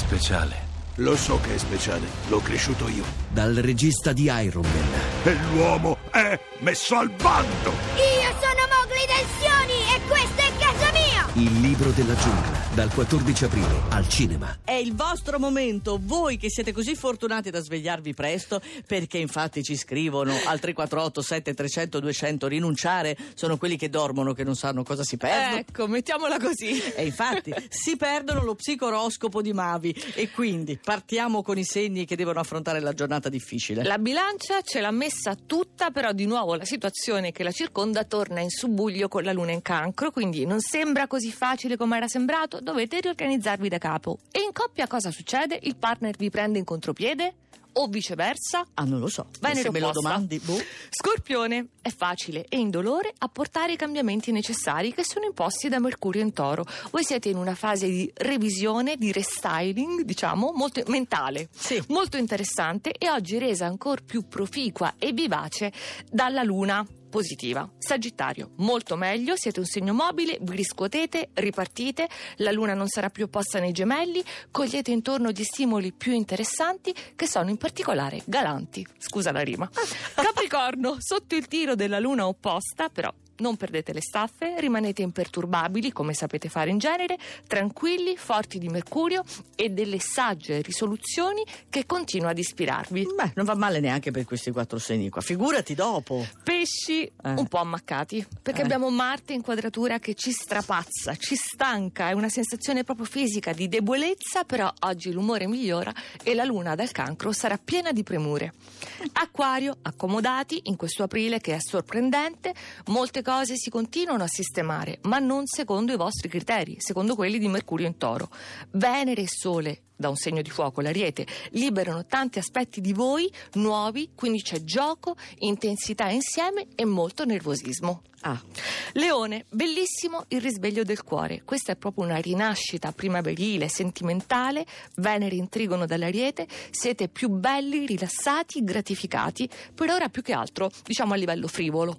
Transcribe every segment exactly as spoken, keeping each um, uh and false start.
speciale. Lo so che è speciale, l'ho cresciuto io. Dal regista di Iron Man. E l'uomo è messo al bando! Io sono Mowgli Tensioni e questo è casa mia! Il libro della giungla, dal quattordici aprile al cinema. È il vostro momento, voi che siete così fortunati da svegliarvi presto, perché infatti ci scrivono al tre quattro otto sette tre zero zero due zero zero. Rinunciare sono quelli che dormono, che non sanno cosa si perdono. Ecco, mettiamola così. E infatti si perdono lo psicoroscopo di Mavi. E quindi partiamo con i segni che devono affrontare la giornata difficile. La bilancia ce l'ha messa tutta, però di nuovo la situazione che la circonda torna in subbuglio con la luna in Cancro, quindi non sembra così facile come era sembrato, dovete riorganizzarvi da capo. E in coppia cosa succede? Il partner vi prende in contropiede? O viceversa? Ah, non lo so. Venere Se me lo opposta. domandi, boh. Scorpione, è facile e indolore apportare i cambiamenti necessari che sono imposti da Mercurio in Toro. Voi siete in una fase di revisione, di restyling, diciamo, molto mentale, Sì. molto interessante e oggi resa ancora più proficua e vivace dalla Luna positiva. Sagittario, molto meglio, siete un segno mobile, vi riscuotete, ripartite, la luna non sarà più opposta nei gemelli, cogliete intorno gli stimoli più interessanti che sono in particolare galanti. Scusa la rima. Capricorno, sotto il tiro della luna opposta, però non perdete le staffe, rimanete imperturbabili come sapete fare in genere, tranquilli, forti di Mercurio e delle sagge risoluzioni che continua ad ispirarvi. Beh, non va male neanche per questi quattro segni qua. Figurati dopo. Pesci Eh. un po' ammaccati perché Eh. abbiamo Marte in quadratura che ci strapazza, ci stanca, è una sensazione proprio fisica di debolezza, però oggi l'umore migliora e la luna dal Cancro sarà piena di premure. Acquario, accomodati in questo aprile che è sorprendente, molte cose si continuano a sistemare, ma non secondo i vostri criteri, secondo quelli di Mercurio in Toro. Venere e Sole, da un segno di fuoco, l'Ariete, liberano tanti aspetti di voi nuovi, quindi c'è gioco, intensità insieme e molto nervosismo. Ah, Leone, bellissimo il risveglio del cuore. Questa è proprio una rinascita primaverile, sentimentale. Venere in trigono dall'Ariete, siete più belli, rilassati, gratificati, per ora più che altro, diciamo a livello frivolo.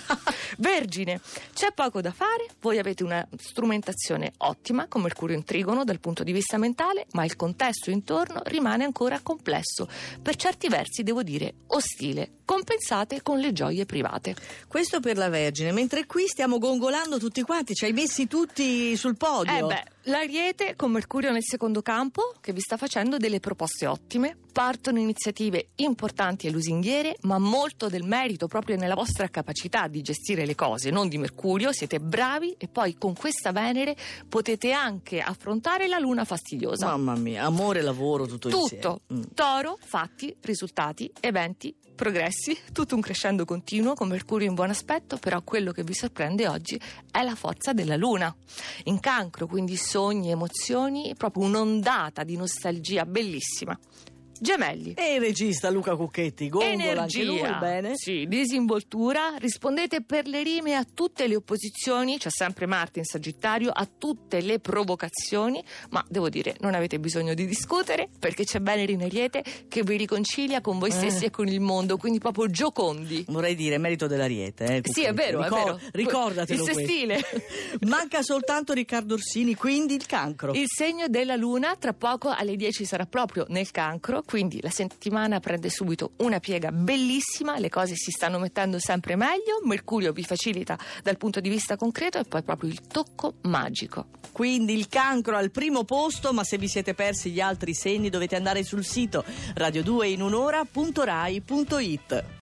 Vergine, c'è poco da fare, voi avete una strumentazione ottima con Mercurio in trigono dal punto di vista mentale, ma il contesto intorno rimane ancora complesso, per certi versi devo dire ostile. Compensate con le gioie private. questo per la Vergine, mentre qui stiamo gongolando tutti quanti, ci hai messi tutti sul podio. Eh beh, l'Ariete con Mercurio nel secondo campo che vi sta facendo delle proposte ottime, partono iniziative importanti e lusinghiere, ma molto del merito proprio nella vostra capacità di gestire le cose, non di Mercurio, siete bravi e poi con questa Venere potete anche affrontare la luna fastidiosa. Mamma mia, amore e lavoro tutto, Tutto, insieme. Mm. Toro, fatti, risultati, eventi, progressi, tutto un crescendo continuo con Mercurio in buon aspetto, però quello che vi sorprende oggi è la forza della Luna. In Cancro, quindi sogni, emozioni, proprio un'ondata di nostalgia bellissima. Gemelli. E il regista Luca Cucchetti, gongola anche lui, Energia, bene? sì, disinvoltura, rispondete per le rime a tutte le opposizioni, c'è sempre Marte in Sagittario, a tutte le provocazioni, ma devo dire non avete bisogno di discutere perché c'è Venere in Ariete che vi riconcilia con voi stessi Eh. e con il mondo, quindi proprio giocondi. Vorrei dire merito dell'Ariete, eh, Sì, è Cucchetti. vero, è vero. Ricordatelo Il questo. sestile. Manca soltanto Riccardo Orsini, quindi il Cancro. Il segno della Luna tra poco alle dieci sarà proprio nel Cancro, quindi la settimana prende subito una piega bellissima, le cose si stanno mettendo sempre meglio, Mercurio vi facilita dal punto di vista concreto e poi proprio il tocco magico. Quindi il Cancro al primo posto, ma se vi siete persi gli altri segni dovete andare sul sito radio due in un'ora punto rai punto it.